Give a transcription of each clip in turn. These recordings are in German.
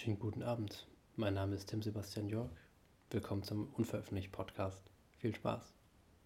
Schönen guten Abend. Mein Name ist Tim Sebastian Jörg. Willkommen zum Unveröffentlicht Podcast. Viel Spaß.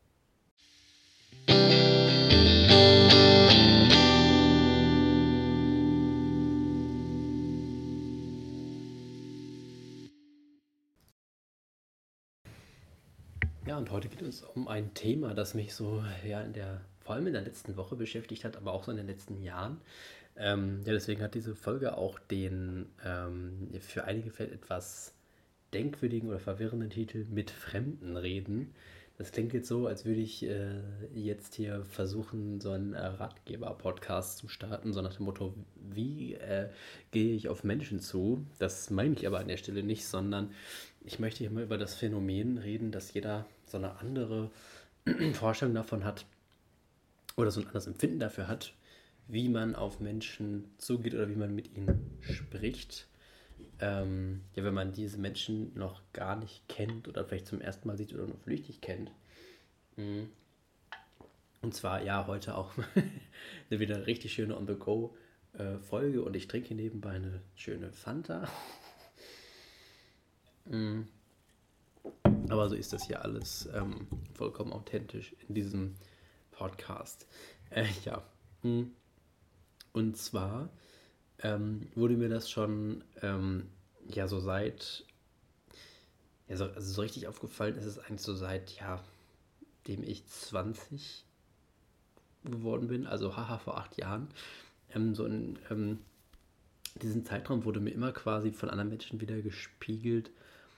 Ja, und heute geht es um ein Thema, das mich so vor allem in der letzten Woche beschäftigt hat, aber auch so in den letzten Jahren. Deswegen hat diese Folge auch den für einige vielleicht etwas denkwürdigen oder verwirrenden Titel „Mit Fremden reden“. Das klingt jetzt so, als würde ich jetzt hier versuchen, so einen Ratgeber-Podcast zu starten, so nach dem Motto, wie gehe ich auf Menschen zu? Das meine ich aber an der Stelle nicht, sondern ich möchte hier mal über das Phänomen reden, dass jeder so eine andere Vorstellung davon hat oder so ein anderes Empfinden dafür hat, wie man auf Menschen zugeht oder wie man mit ihnen spricht. Wenn man diese Menschen noch gar nicht kennt oder vielleicht zum ersten Mal sieht oder nur flüchtig kennt. Und zwar, ja, heute auch eine wieder richtig schöne On-the-Go-Folge und ich trinke nebenbei eine schöne Fanta. Aber so ist das hier alles vollkommen authentisch in diesem Podcast. Ja. Und zwar wurde mir das schon so seit, also so richtig aufgefallen ist es eigentlich so seit, dem ich 20 geworden bin, also vor 8 Jahren. So in diesem Zeitraum wurde mir immer quasi von anderen Menschen wieder gespiegelt,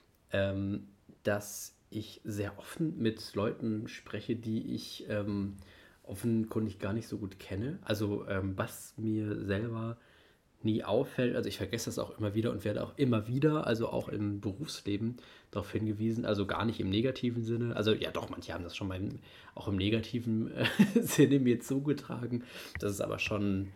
dass ich sehr offen mit Leuten spreche, die ich offenkundig gar nicht so gut kenne. Also was mir selber nie auffällt, also ich vergesse das auch immer wieder und werde auch immer wieder, also auch im Berufsleben, darauf hingewiesen, also gar nicht im negativen Sinne, also ja doch, manche haben das schon mal auch im negativen Sinne mir zugetragen, das ist aber schon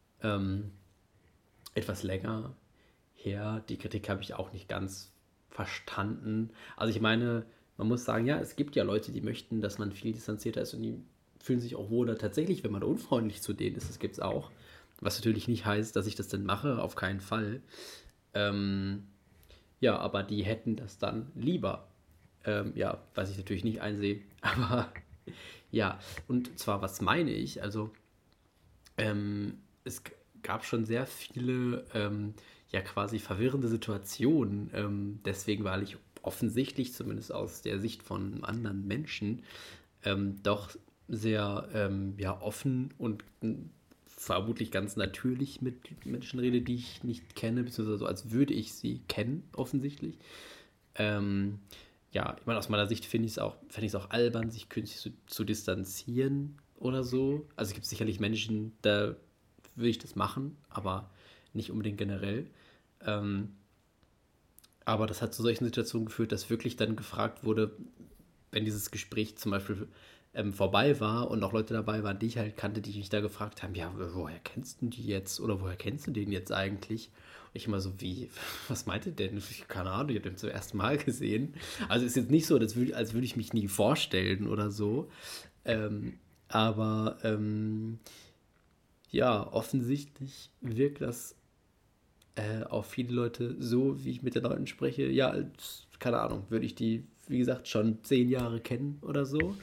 etwas länger her, die Kritik habe ich auch nicht ganz verstanden. Also ich meine, man muss sagen, ja, es gibt ja Leute, die möchten, dass man viel distanzierter ist und die fühlen sich auch wohler. Tatsächlich, wenn man unfreundlich zu denen ist, das gibt es auch. Was natürlich nicht heißt, dass ich das dann mache, auf keinen Fall. Aber die hätten das dann lieber. Was ich natürlich nicht einsehe. Aber ja, und zwar, was meine ich? Also, es gab schon sehr viele, quasi verwirrende Situationen. Deswegen, weil ich offensichtlich, zumindest aus der Sicht von anderen Menschen, doch sehr offen und vermutlich ganz natürlich mit Menschen rede, die ich nicht kenne, beziehungsweise so, als würde ich sie kennen, offensichtlich. Ich meine, aus meiner Sicht fände ich es auch albern, sich künstlich zu distanzieren oder so. Also es gibt sicherlich Menschen, da würde ich das machen, aber nicht unbedingt generell. Aber das hat zu solchen Situationen geführt, dass wirklich dann gefragt wurde, wenn dieses Gespräch zum Beispiel vorbei war und noch Leute dabei waren, die ich halt kannte, die mich da gefragt haben, ja, woher kennst du die jetzt oder woher kennst du den jetzt eigentlich? Und ich immer so, wie, was meint ihr denn? Keine Ahnung, ich habe den zum ersten Mal gesehen. Also ist jetzt nicht so, als würde ich mich nie vorstellen oder so. Aber offensichtlich wirkt das auf viele Leute so, wie ich mit den Leuten spreche. Ja, als, keine Ahnung, würde ich die, wie gesagt, schon 10 Jahre kennen oder so.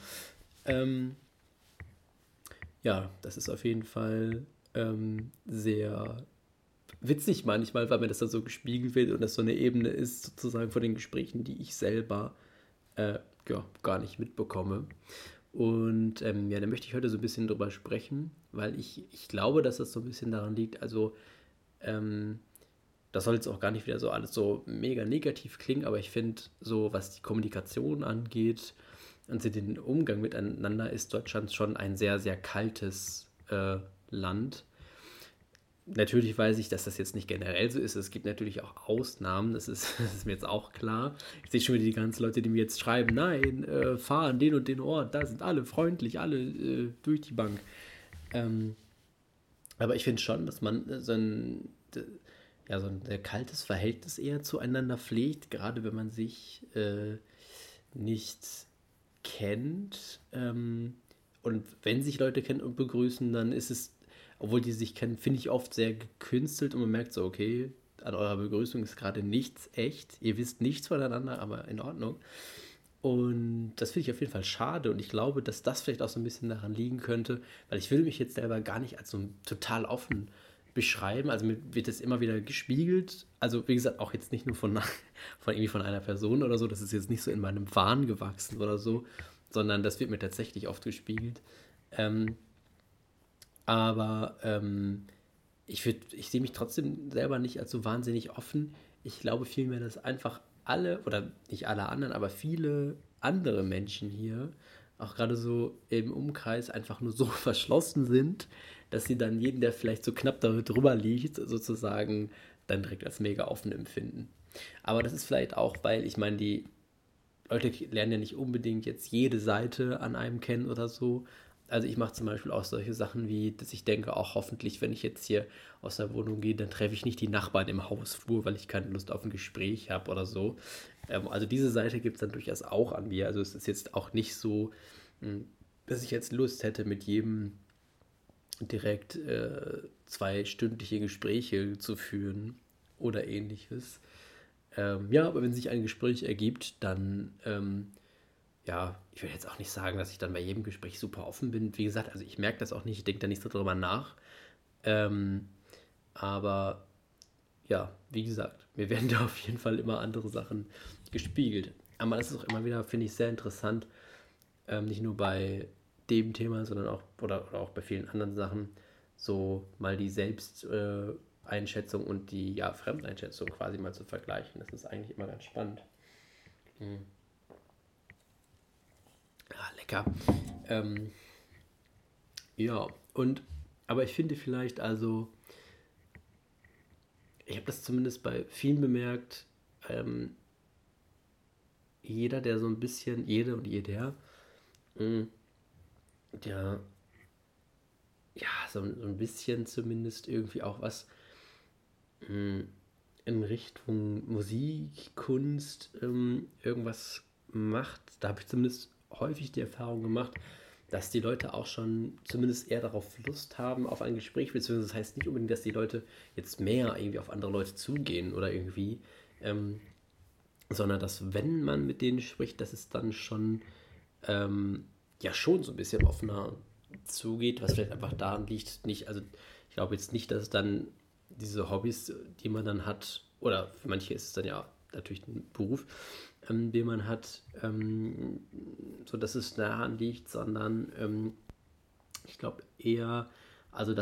Das ist auf jeden Fall sehr witzig manchmal, weil mir das dann so gespiegelt wird und das so eine Ebene ist, sozusagen von den Gesprächen, die ich selber gar nicht mitbekomme. Und da möchte ich heute so ein bisschen drüber sprechen, weil ich glaube, dass das so ein bisschen daran liegt, also das soll jetzt auch gar nicht wieder so alles so mega negativ klingen, aber ich finde, so was die Kommunikation angeht und den Umgang miteinander, ist Deutschland schon ein sehr, sehr kaltes Land. Natürlich weiß ich, dass das jetzt nicht generell so ist. Es gibt natürlich auch Ausnahmen, das ist mir jetzt auch klar. Ich sehe schon wieder die ganzen Leute, die mir jetzt schreiben, nein, fahr an den und den Ort, da sind alle freundlich, alle durch die Bank. Aber ich finde schon, dass man so ein sehr kaltes Verhältnis eher zueinander pflegt, gerade wenn man sich nicht kennt. Und wenn sich Leute kennen und begrüßen, dann ist es, obwohl die sich kennen, finde ich oft sehr gekünstelt und man merkt so, okay, an eurer Begrüßung ist gerade nichts echt. Ihr wisst nichts voneinander, aber in Ordnung. Und das finde ich auf jeden Fall schade und ich glaube, dass das vielleicht auch so ein bisschen daran liegen könnte, weil ich will mich jetzt selber gar nicht als so total offen beschreiben. Also mir wird das immer wieder gespiegelt. Also wie gesagt, auch jetzt nicht nur irgendwie von einer Person oder so, das ist jetzt nicht so in meinem Wahn gewachsen oder so, sondern das wird mir tatsächlich oft gespiegelt. Ähm, aber ich sehe mich trotzdem selber nicht als so wahnsinnig offen. Ich glaube vielmehr, dass einfach alle, oder nicht alle anderen, aber viele andere Menschen hier, auch gerade so im Umkreis, einfach nur so verschlossen sind, dass sie dann jeden, der vielleicht so knapp darüber liegt, sozusagen dann direkt als mega offen empfinden. Aber das ist vielleicht auch, weil ich meine, die Leute lernen ja nicht unbedingt jetzt jede Seite an einem kennen oder so. Also ich mache zum Beispiel auch solche Sachen wie, dass ich denke, auch hoffentlich, wenn ich jetzt hier aus der Wohnung gehe, dann treffe ich nicht die Nachbarn im Hausflur, weil ich keine Lust auf ein Gespräch habe oder so. Also diese Seite gibt es dann durchaus auch an mir. Also es ist jetzt auch nicht so, dass ich jetzt Lust hätte, mit jedem direkt zweistündliche Gespräche zu führen oder ähnliches. Ja, aber wenn sich ein Gespräch ergibt, dann ja, ich will jetzt auch nicht sagen, dass ich dann bei jedem Gespräch super offen bin. Wie gesagt, also ich merke das auch nicht, ich denke da nicht so drüber nach. Ähm, aber ja, wie gesagt, mir werden da auf jeden Fall immer andere Sachen gespiegelt. Aber das ist auch immer wieder, finde ich, sehr interessant, nicht nur bei dem Thema, sondern auch, oder auch bei vielen anderen Sachen, so mal die Selbsteinschätzung und die ja, Fremdeinschätzung quasi mal zu vergleichen. Das ist eigentlich immer ganz spannend. Mhm. Ah, lecker. Ähm, ja, und aber ich finde vielleicht, also, ich habe das zumindest bei vielen bemerkt, ähm, jeder, der so ein bisschen, jede und jeder, mh, der ja so ein bisschen zumindest irgendwie auch was mh, in Richtung Musik, Kunst, irgendwas macht, da habe ich zumindest häufig die Erfahrung gemacht, dass die Leute auch schon zumindest eher darauf Lust haben, auf ein Gespräch, beziehungsweise das heißt nicht unbedingt, dass die Leute jetzt mehr irgendwie auf andere Leute zugehen oder irgendwie, ähm, sondern dass wenn man mit denen spricht, dass es dann schon, ja schon so ein bisschen offener zugeht, was vielleicht einfach daran liegt, nicht, also ich glaube jetzt nicht, dass es dann diese Hobbys, die man dann hat, oder für manche ist es dann ja natürlich ein Beruf, den man hat, so dass es daran liegt, sondern ich glaube eher, also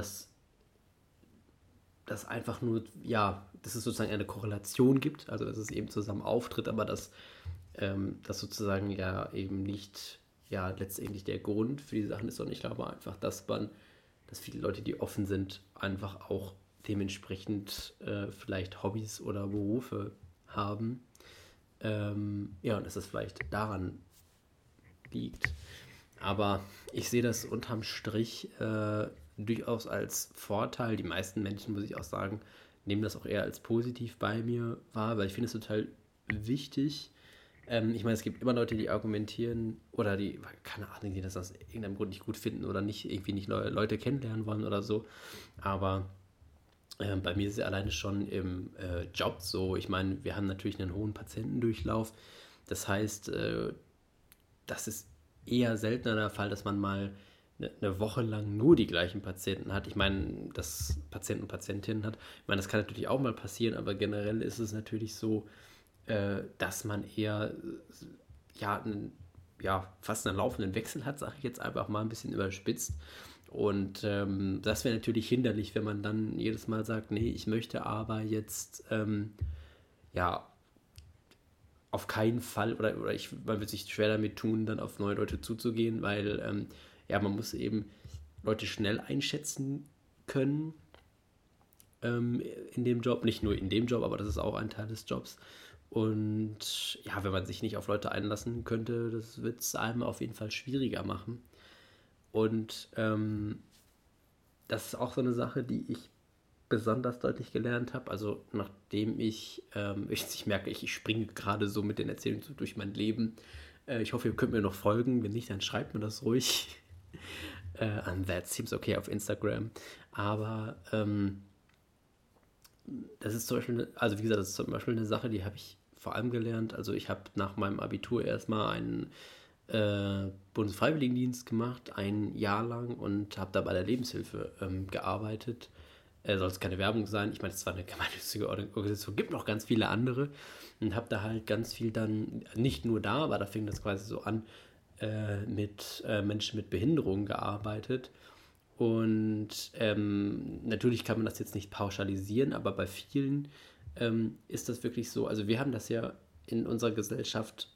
dass einfach nur, ja, dass es sozusagen eine Korrelation gibt, also dass es eben zusammen auftritt, aber dass das sozusagen ja eben nicht ja letztendlich der Grund für die Sachen ist, sondern ich glaube einfach, dass viele Leute, die offen sind, einfach auch dementsprechend vielleicht Hobbys oder Berufe haben. Ja, und dass es vielleicht daran liegt. Aber ich sehe das unterm Strich durchaus als Vorteil. Die meisten Menschen, muss ich auch sagen, nehmen das auch eher als positiv bei mir wahr, weil ich finde es total wichtig. Ich meine, es gibt immer Leute, die argumentieren oder die, keine Ahnung, die das aus irgendeinem Grund nicht gut finden oder nicht irgendwie nicht neue Leute kennenlernen wollen oder so. Aber bei mir ist es ja alleine schon im Job so. Ich meine, wir haben natürlich einen hohen Patientendurchlauf. Das heißt, das ist eher seltener der Fall, dass man mal eine Woche lang nur die gleichen Patienten hat. Ich meine, dass Patienten und Patientinnen hat. Ich meine, das kann natürlich auch mal passieren, aber generell ist es natürlich so, dass man eher ja, ja, fast einen laufenden Wechsel hat, sage ich jetzt einfach mal ein bisschen überspitzt. Und das wäre natürlich hinderlich, wenn man dann jedes Mal sagt, nee, ich möchte aber jetzt ja auf keinen Fall oder man wird sich schwer damit tun, dann auf neue Leute zuzugehen, weil ja, man muss eben Leute schnell einschätzen können in dem Job, nicht nur in dem Job, aber das ist auch ein Teil des Jobs. Und ja, wenn man sich nicht auf Leute einlassen könnte, das wird es einem auf jeden Fall schwieriger machen. Und das ist auch so eine Sache, die ich besonders deutlich gelernt habe. Also nachdem ich merke, ich springe gerade so mit den Erzählungen so durch mein Leben. Ich hoffe, ihr könnt mir noch folgen. Wenn nicht, dann schreibt mir das ruhig an That Seems Okay auf Instagram. Aber das ist zum Beispiel, also wie gesagt, das ist zum Beispiel eine Sache, die habe ich vor allem gelernt. Also ich habe nach meinem Abitur erstmal einen Bundesfreiwilligendienst gemacht, ein Jahr lang und habe da bei der Lebenshilfe gearbeitet. Soll es keine Werbung sein. Ich meine, es war eine gemeinnützige Organisation, gibt noch ganz viele andere und habe da halt ganz viel dann, nicht nur da, aber da fing das quasi so an, mit Menschen mit Behinderung gearbeitet. Und natürlich kann man das jetzt nicht pauschalisieren, aber bei vielen ist das wirklich so. Also wir haben das ja in unserer Gesellschaft,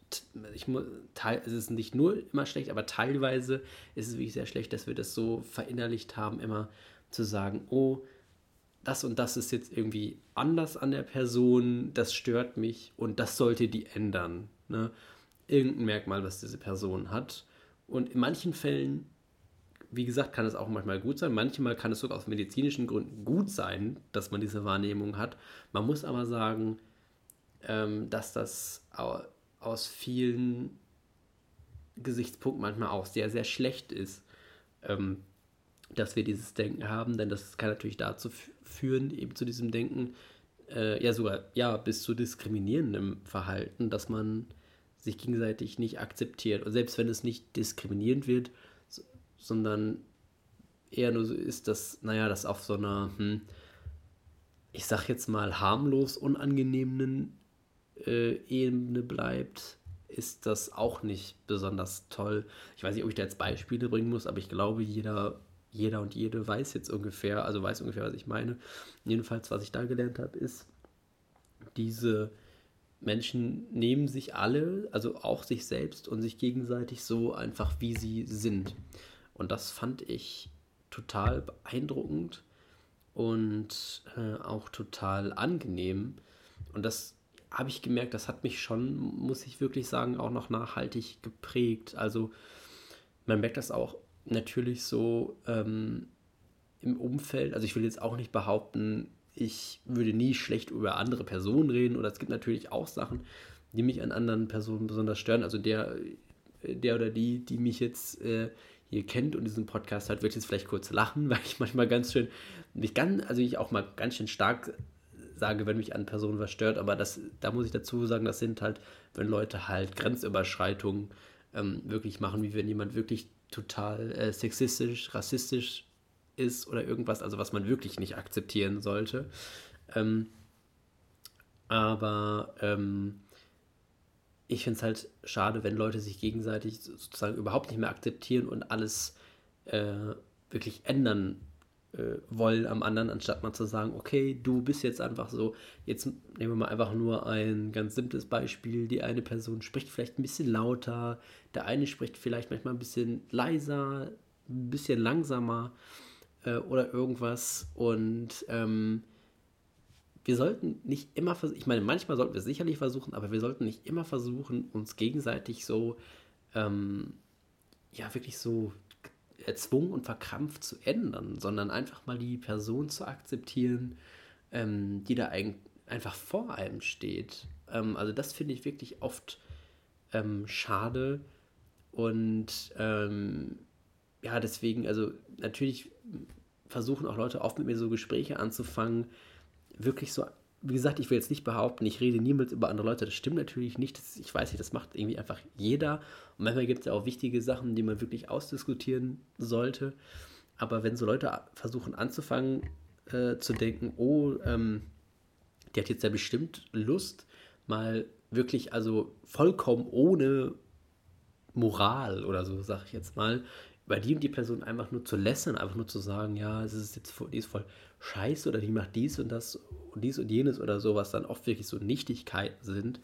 es ist nicht nur immer schlecht, aber teilweise ist es wirklich sehr schlecht, dass wir das so verinnerlicht haben, immer zu sagen, oh, das und das ist jetzt irgendwie anders an der Person, das stört mich und das sollte die ändern. Ne? Irgendein Merkmal, was diese Person hat. Und in manchen Fällen, wie gesagt, kann es auch manchmal gut sein. Manchmal kann es sogar aus medizinischen Gründen gut sein, dass man diese Wahrnehmung hat. Man muss aber sagen, dass das aus vielen Gesichtspunkten manchmal auch sehr, sehr schlecht ist, dass wir dieses Denken haben, denn das kann natürlich dazu führen, eben zu diesem Denken, ja sogar ja bis zu diskriminierendem Verhalten, dass man sich gegenseitig nicht akzeptiert. Und selbst wenn es nicht diskriminierend wird, sondern eher nur so ist, dass, naja, das auf so einer, ich sag jetzt mal, harmlos unangenehmen Ebene bleibt, ist das auch nicht besonders toll. Ich weiß nicht, ob ich da jetzt Beispiele bringen muss, aber ich glaube, jeder und jede weiß jetzt ungefähr, also weiß ungefähr, was ich meine. Jedenfalls, was ich da gelernt habe, ist, diese Menschen nehmen sich alle, also auch sich selbst und sich gegenseitig so einfach, wie sie sind. Und das fand ich total beeindruckend und auch total angenehm. Und das habe ich gemerkt, das hat mich schon, muss ich wirklich sagen, auch noch nachhaltig geprägt. Also man merkt das auch natürlich so im Umfeld. Also ich will jetzt auch nicht behaupten, ich würde nie schlecht über andere Personen reden. Oder es gibt natürlich auch Sachen, die mich an anderen Personen besonders stören. Also der oder die mich jetzt hier kennt und diesen Podcast hat, wird jetzt vielleicht kurz lachen, weil ich manchmal also ich auch mal ganz schön stark sage, wenn mich an Personen was stört, aber da muss ich dazu sagen, das sind halt, wenn Leute halt Grenzüberschreitungen wirklich machen, wie wenn jemand wirklich total sexistisch, rassistisch ist oder irgendwas, also was man wirklich nicht akzeptieren sollte. Ähm, aber ich finde es halt schade, wenn Leute sich gegenseitig sozusagen überhaupt nicht mehr akzeptieren und alles wirklich ändern wollen am anderen, anstatt mal zu sagen, okay, du bist jetzt einfach so, jetzt nehmen wir mal einfach nur ein ganz simples Beispiel, die eine Person spricht vielleicht ein bisschen lauter, der eine spricht vielleicht manchmal ein bisschen leiser, ein bisschen langsamer oder irgendwas und wir sollten nicht immer versuchen, ich meine, manchmal sollten wir es sicherlich versuchen, aber wir sollten nicht immer versuchen, uns gegenseitig so, ja, wirklich so erzwungen und verkrampft zu ändern, sondern einfach mal die Person zu akzeptieren, die da einfach vor einem steht. Also das finde ich wirklich oft schade und ja, deswegen, also natürlich versuchen auch Leute oft mit mir so Gespräche anzufangen, wirklich so, wie gesagt, ich will jetzt nicht behaupten, ich rede niemals über andere Leute, das stimmt natürlich nicht, ich weiß nicht, das macht irgendwie einfach jeder und manchmal gibt es ja auch wichtige Sachen, die man wirklich ausdiskutieren sollte, aber wenn so Leute versuchen anzufangen zu denken, oh, die hat jetzt ja bestimmt Lust, mal wirklich, also vollkommen ohne Moral oder so, sag ich jetzt mal, über die und die Person einfach nur zu lästern, einfach nur zu sagen, ja, es ist jetzt die ist voll scheiße oder die macht dies und das und dies und jenes oder so, was dann oft wirklich so Nichtigkeiten sind.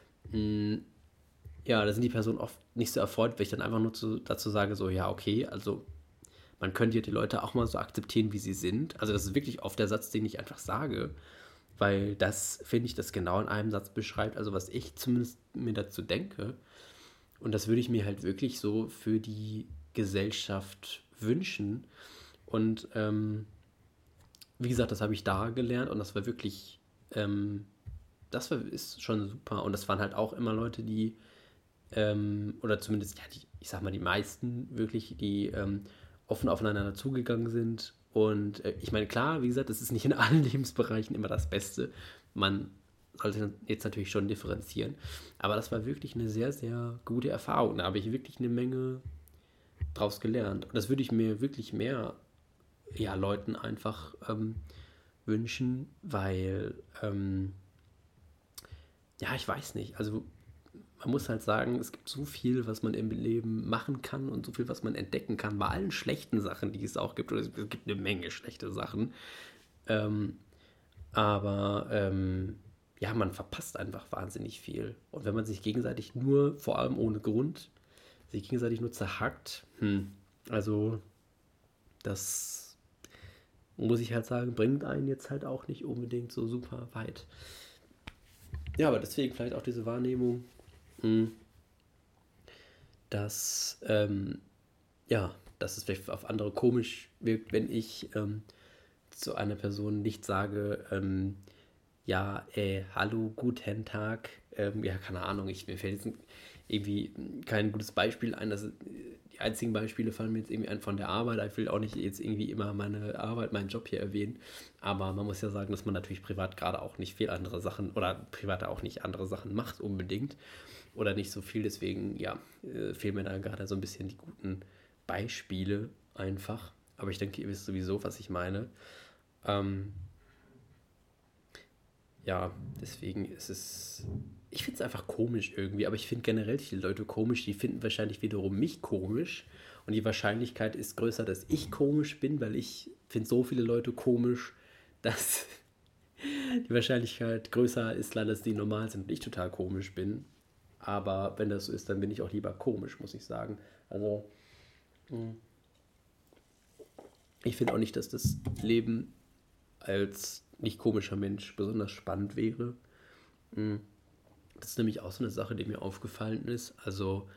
Ja, da sind die Personen oft nicht so erfreut, wenn ich dann einfach nur dazu sage, so, ja, okay, also man könnte ja die Leute auch mal so akzeptieren, wie sie sind. Also das ist wirklich oft der Satz, den ich einfach sage, weil das, finde ich, das genau in einem Satz beschreibt, also was ich zumindest mir dazu denke. Und das würde ich mir halt wirklich so für die Gesellschaft wünschen. Und wie gesagt, das habe ich da gelernt und das war wirklich, ist schon super. Und das waren halt auch immer Leute, die, oder zumindest, ja, ich sag mal, die meisten wirklich, die offen aufeinander zugegangen sind Und ich meine, klar, wie gesagt, das ist nicht in allen Lebensbereichen immer das Beste. Man sollte jetzt natürlich schon differenzieren. Aber das war wirklich eine sehr, sehr gute Erfahrung. Da habe ich wirklich eine Menge draus gelernt. Und das würde ich mir wirklich mehr Leuten einfach wünschen, weil, ich weiß nicht. Also man muss halt sagen, es gibt so viel, was man im Leben machen kann und so viel, was man entdecken kann, bei allen schlechten Sachen, die es auch gibt. Oder es gibt eine Menge schlechte Sachen. Ähm, aber man verpasst einfach wahnsinnig viel. Und wenn man sich gegenseitig nur, vor allem ohne Grund, sich gegenseitig nur zerhackt, also das muss ich halt sagen, bringt einen jetzt halt auch nicht unbedingt so super weit. Ja, aber deswegen vielleicht auch diese Wahrnehmung, dass, dass es vielleicht auf andere komisch wirkt, wenn ich zu einer Person nicht sage, hallo, guten Tag, keine Ahnung, mir fällt jetzt irgendwie kein gutes Beispiel ein, die einzigen Beispiele fallen mir jetzt irgendwie ein von der Arbeit, ich will auch nicht jetzt irgendwie immer meine Arbeit, meinen Job hier erwähnen, aber man muss ja sagen, dass man natürlich privat gerade auch nicht viel andere Sachen oder privat auch nicht andere Sachen macht unbedingt oder nicht so viel, deswegen fehlen mir da gerade so ein bisschen die guten Beispiele einfach, aber ich denke, ihr wisst sowieso, was ich meine. Ähm, deswegen ist es. Ich finde es einfach komisch irgendwie, aber ich finde generell viele Leute komisch, die finden wahrscheinlich wiederum mich komisch. Und die Wahrscheinlichkeit ist größer, dass ich komisch bin, weil ich finde so viele Leute komisch, dass die Wahrscheinlichkeit größer ist, leider, dass die normal sind und ich total komisch bin. Aber wenn das so ist, dann bin ich auch lieber komisch, muss ich sagen. Also, ich finde auch nicht, dass das Leben als nicht komischer Mensch besonders spannend wäre. Das ist nämlich auch so eine Sache, die mir aufgefallen ist. Also,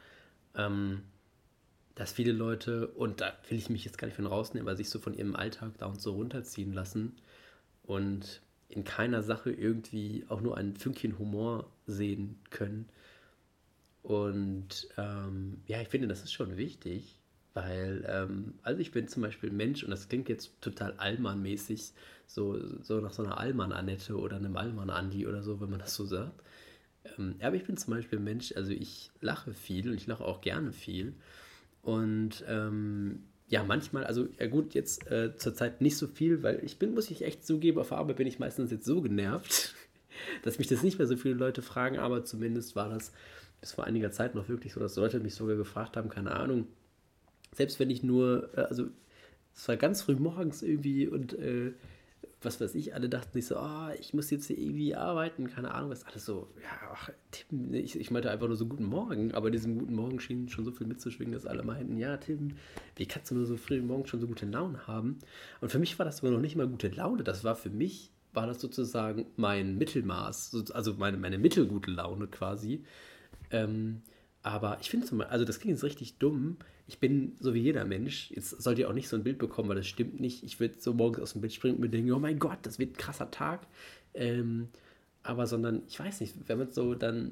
dass viele Leute, und da will ich mich jetzt gar nicht von rausnehmen, weil sich so von ihrem Alltag da und so runterziehen lassen und in keiner Sache irgendwie auch nur ein Fünkchen Humor sehen können. Und ich finde, das ist schon wichtig, weil, also ich bin zum Beispiel ein Mensch, und das klingt jetzt total Allmann-mäßig, so nach so einer Allmann-Annette oder einem Allmann-Andi oder so, wenn man das so sagt. Aber ich bin zum Beispiel ein Mensch, also ich lache viel und ich lache auch gerne viel. Und manchmal, also ja gut, jetzt zurzeit nicht so viel, weil muss ich echt zugeben, auf der Arbeit bin ich meistens jetzt so genervt, dass mich das nicht mehr so viele Leute fragen, aber zumindest war das bis vor einiger Zeit noch wirklich so, dass Leute mich sogar gefragt haben, keine Ahnung, selbst wenn ich nur, also es war ganz früh morgens irgendwie und was weiß ich, alle dachten sich so, ich muss jetzt hier irgendwie arbeiten, keine Ahnung, was alles so, Tim, ich meinte einfach nur so guten Morgen, aber diesem guten Morgen schien schon so viel mitzuschwingen, dass alle meinten, ja Tim, wie kannst du nur so früh morgens schon so gute Laune haben? Und für mich war das aber noch nicht mal gute Laune, war das sozusagen mein Mittelmaß, also meine mittelgute Laune quasi. Aber ich finde zum Beispiel, also das klingt jetzt richtig dumm. Ich bin so wie jeder Mensch. Jetzt sollt ihr auch nicht so ein Bild bekommen, weil das stimmt nicht. Ich würde so morgens aus dem Bett springen und mir denken, oh mein Gott, das wird ein krasser Tag. Sondern, ich weiß nicht, wenn man so dann,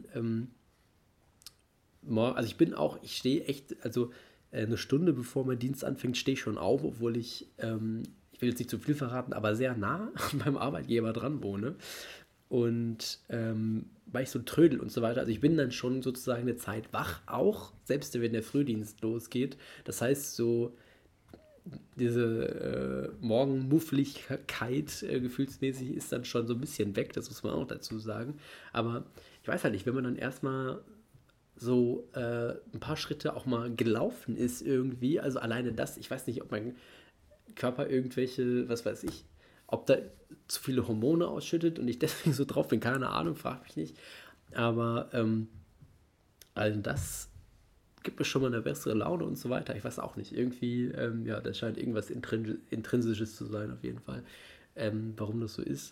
also ich stehe echt, also eine Stunde bevor mein Dienst anfängt, stehe ich schon auf, obwohl ich will jetzt nicht zu viel verraten, aber sehr nah beim Arbeitgeber dran wohne. Und weil ich so trödel und so weiter. Also ich bin dann schon sozusagen eine Zeit wach, auch selbst wenn der Frühdienst losgeht. Das heißt, so diese Morgenmuffligkeit gefühlsmäßig ist dann schon so ein bisschen weg, das muss man auch dazu sagen. Aber ich weiß halt nicht, wenn man dann erstmal so ein paar Schritte auch mal gelaufen ist irgendwie, also alleine das, ich weiß nicht, ob mein Körper irgendwelche, was weiß ich, ob da zu viele Hormone ausschüttet und ich deswegen so drauf bin, keine Ahnung, frag mich nicht. Aber also das gibt mir schon mal eine bessere Laune und so weiter. Ich weiß auch nicht. Irgendwie, das scheint irgendwas Intrinsisches zu sein, auf jeden Fall, warum das so ist.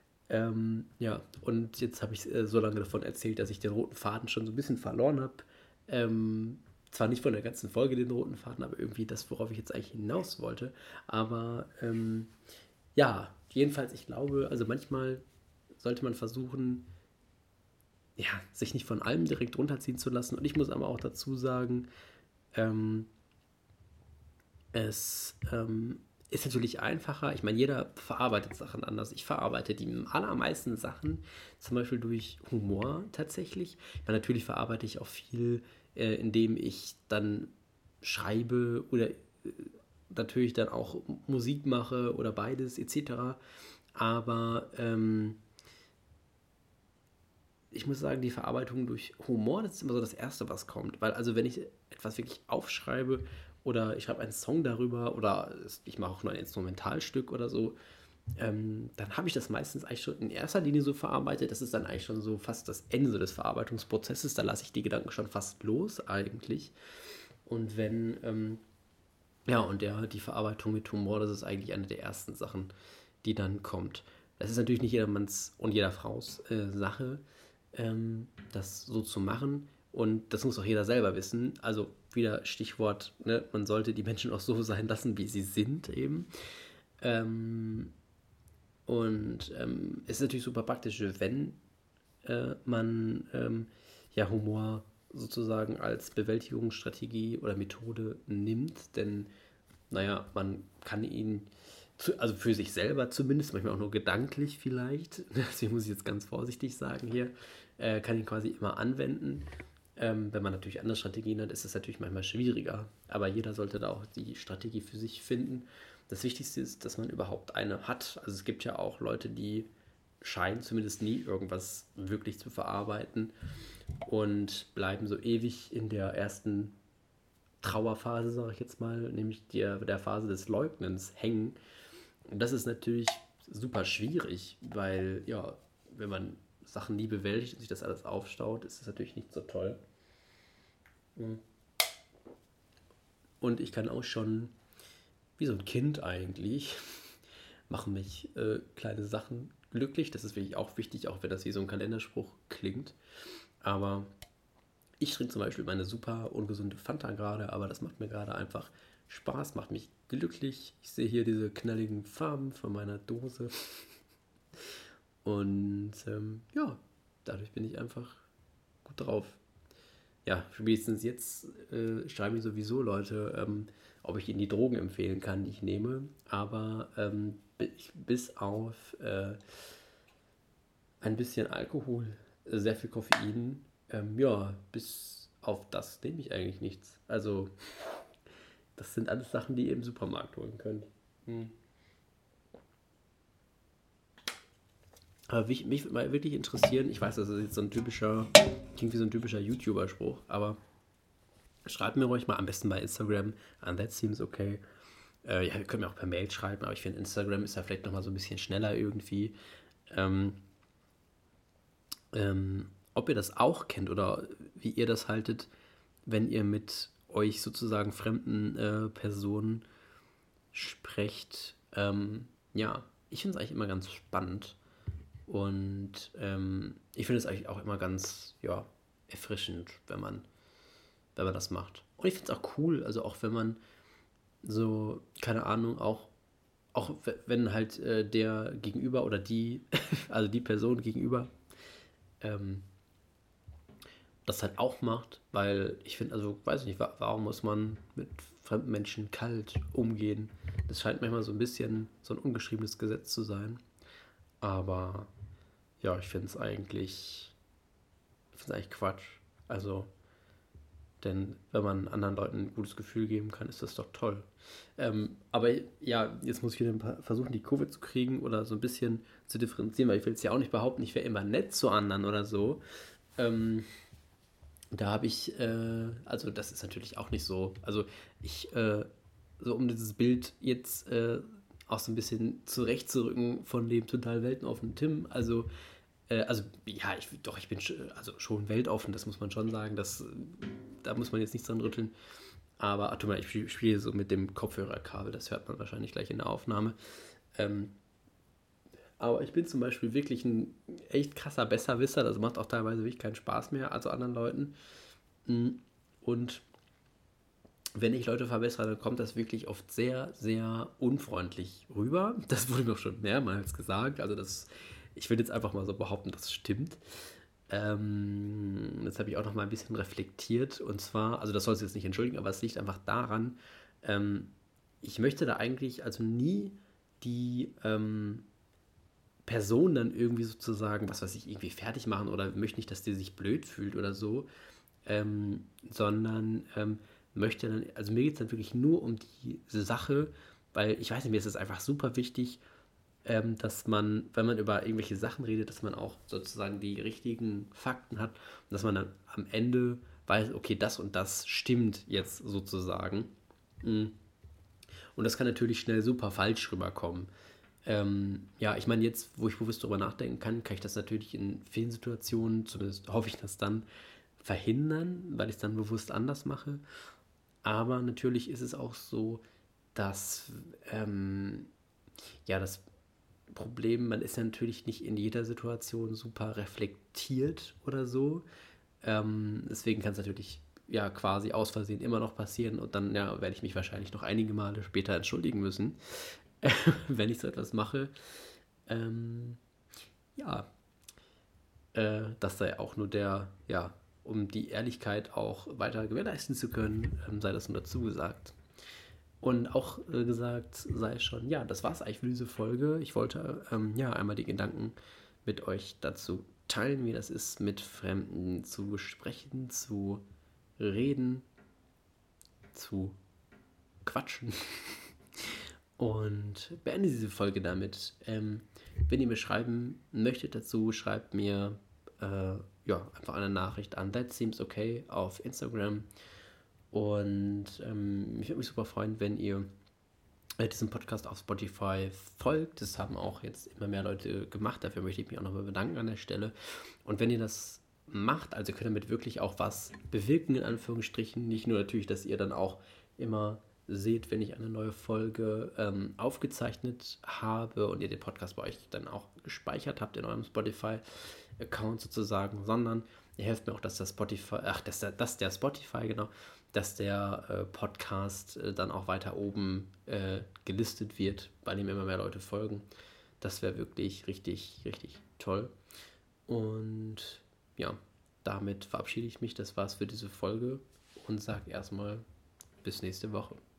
Und jetzt habe ich so lange davon erzählt, dass ich den roten Faden schon so ein bisschen verloren habe. Zwar nicht von der ganzen Folge den roten Faden, aber irgendwie das, worauf ich jetzt eigentlich hinaus wollte. Aber jedenfalls, ich glaube, also manchmal sollte man versuchen, sich nicht von allem direkt runterziehen zu lassen. Und ich muss aber auch dazu sagen, es ist natürlich einfacher. Ich meine, jeder verarbeitet Sachen anders. Ich verarbeite die allermeisten Sachen zum Beispiel durch Humor tatsächlich. Ich meine, natürlich verarbeite ich auch viel, indem ich dann schreibe oder natürlich dann auch Musik mache oder beides etc. Aber ich muss sagen, die Verarbeitung durch Humor, das ist immer so das Erste, was kommt. Weil also wenn ich etwas wirklich aufschreibe oder ich schreibe einen Song darüber oder ich mache auch nur ein Instrumentalstück oder so, dann habe ich das meistens eigentlich schon in erster Linie so verarbeitet. Das ist dann eigentlich schon so fast das Ende des Verarbeitungsprozesses. Da lasse ich die Gedanken schon fast los eigentlich. Und wenn, ja, und die Verarbeitung mit Humor, das ist eigentlich eine der ersten Sachen, die dann kommt. Das ist natürlich nicht jedermanns und jeder Fraus Sache, das so zu machen. Und das muss auch jeder selber wissen. Also wieder Stichwort, ne, man sollte die Menschen auch so sein lassen, wie sie sind eben. Ähm, es ist natürlich super praktisch, wenn man ja Humor sozusagen als Bewältigungsstrategie oder Methode nimmt, denn naja, man kann ihn, also für sich selber zumindest, manchmal auch nur gedanklich vielleicht, deswegen muss ich jetzt ganz vorsichtig sagen hier, kann ihn quasi immer anwenden. Wenn man natürlich andere Strategien hat, ist es natürlich manchmal schwieriger, aber jeder sollte da auch die Strategie für sich finden. Das Wichtigste ist, dass man überhaupt eine hat. Also es gibt ja auch Leute, die scheinen zumindest nie irgendwas wirklich zu verarbeiten und bleiben so ewig in der ersten Trauerphase, sage ich jetzt mal, nämlich der Phase des Leugnens hängen. Und das ist natürlich super schwierig, weil ja, wenn man Sachen nie bewältigt und sich das alles aufstaut, ist das natürlich nicht so toll. Und ich kann auch schon, wie so ein Kind eigentlich, machen mich kleine Sachen glücklich. Das ist wirklich auch wichtig, auch wenn das wie so ein Kalenderspruch klingt. Aber ich trinke zum Beispiel meine super ungesunde Fanta gerade, aber das macht mir gerade einfach Spaß, macht mich glücklich. Ich sehe hier diese knalligen Farben von meiner Dose. Und ja, dadurch bin ich einfach gut drauf. Ja, spätestens jetzt schreiben mir sowieso Leute, ob ich ihnen die Drogen empfehlen kann, die ich nehme. Aber bis auf ein bisschen Alkohol, sehr viel Koffein, ja, bis auf das nehme ich eigentlich nichts. Also, das sind alles Sachen, die ihr im Supermarkt holen könnt. Hm. Aber mich würde mal wirklich interessieren, ich weiß, das ist jetzt so ein typischer, klingt wie so ein typischer YouTuber-Spruch, aber schreibt mir ruhig mal am besten bei Instagram an That Seems Okay. Ja, ihr könnt mir auch per Mail schreiben, aber ich finde Instagram ist ja vielleicht nochmal so ein bisschen schneller irgendwie. Ähm, ob ihr das auch kennt oder wie ihr das haltet, wenn ihr mit euch sozusagen fremden Personen sprecht. Ja, ich finde es eigentlich immer ganz spannend und ich finde es eigentlich auch immer ganz, ja, erfrischend, wenn man das macht. Und ich finde es auch cool, also auch wenn man so, keine Ahnung, auch wenn halt der Gegenüber oder die, also die Person gegenüber, ähm, das halt auch macht, weil ich finde, also weiß ich nicht, warum muss man mit fremden Menschen kalt umgehen? Das scheint manchmal so ein bisschen so ein ungeschriebenes Gesetz zu sein. Aber ja, ich finde es eigentlich Quatsch. Also, denn wenn man anderen Leuten ein gutes Gefühl geben kann, ist das doch toll. Aber ja, jetzt muss ich wieder versuchen, die Kurve zu kriegen oder so ein bisschen zu differenzieren, weil ich will jetzt ja auch nicht behaupten, ich wäre immer nett zu anderen oder so. Ähm, Da habe ich, also das ist natürlich auch nicht so. Also ich, so um dieses Bild jetzt auch so ein bisschen zurechtzurücken von dem total weltoffenen Tim. Also ja, ich bin also schon weltoffen, das muss man schon sagen. Da muss man jetzt nichts dran rütteln. Aber, ach, tu mal, ich spiele so mit dem Kopfhörerkabel, das hört man wahrscheinlich gleich in der Aufnahme. Ähm, aber ich bin zum Beispiel wirklich ein echt krasser Besserwisser. Das macht auch teilweise wirklich keinen Spaß mehr, also anderen Leuten. Und wenn ich Leute verbessere, dann kommt das wirklich oft sehr, sehr unfreundlich rüber. Das wurde mir auch schon mehrmals gesagt. Ich will jetzt einfach mal so behaupten, das stimmt. Das habe ich auch noch mal ein bisschen reflektiert. Und zwar, also das soll es jetzt nicht entschuldigen, aber es liegt einfach daran, ich möchte da eigentlich also nie die Person dann irgendwie sozusagen, was weiß ich, irgendwie fertig machen oder möchte nicht, dass die sich blöd fühlt oder so, sondern möchte dann, also mir geht es dann wirklich nur um diese Sache, weil ich weiß nicht, mir ist es einfach super wichtig, dass man, wenn man über irgendwelche Sachen redet, dass man auch sozusagen die richtigen Fakten hat und dass man dann am Ende weiß, okay, das und das stimmt jetzt sozusagen. Und das kann natürlich schnell super falsch rüberkommen. Ja, ich meine, jetzt, wo ich bewusst darüber nachdenken kann ich das natürlich in vielen Situationen, zumindest hoffe ich das dann, verhindern, weil ich es dann bewusst anders mache. Aber natürlich ist es auch so, dass ja, das Problem, man ist ja natürlich nicht in jeder Situation super reflektiert oder so. Deswegen kann es natürlich ja quasi aus Versehen immer noch passieren und dann ja, werde ich mich wahrscheinlich noch einige Male später entschuldigen müssen, wenn ich so etwas mache. Ähm, ja, das sei auch nur ja, um die Ehrlichkeit auch weiter gewährleisten zu können, sei das nur dazu gesagt. Und auch gesagt sei schon, ja, das war es eigentlich für diese Folge. Ich wollte ja einmal die Gedanken mit euch dazu teilen, wie das ist, mit Fremden zu sprechen, zu reden, zu quatschen. Und beende diese Folge damit. Wenn ihr mir schreiben möchtet dazu, schreibt mir ja, einfach eine Nachricht an That Seems Okay auf Instagram. Und ich würde mich super freuen, wenn ihr diesem Podcast auf Spotify folgt. Das haben auch jetzt immer mehr Leute gemacht. Dafür möchte ich mich auch nochmal bedanken an der Stelle. Und wenn ihr das macht, also könnt ihr damit wirklich auch was bewirken, in Anführungsstrichen. Nicht nur natürlich, dass ihr dann auch immer seht, wenn ich eine neue Folge aufgezeichnet habe und ihr den Podcast bei euch dann auch gespeichert habt in eurem Spotify-Account sozusagen, sondern ihr helft mir auch, dass der Spotify, dass der Spotify, genau, dass der Podcast dann auch weiter oben gelistet wird, bei dem immer mehr Leute folgen. Das wäre wirklich richtig, richtig toll. Und ja, damit verabschiede ich mich. Das war's für diese Folge und sage erstmal bis nächste Woche.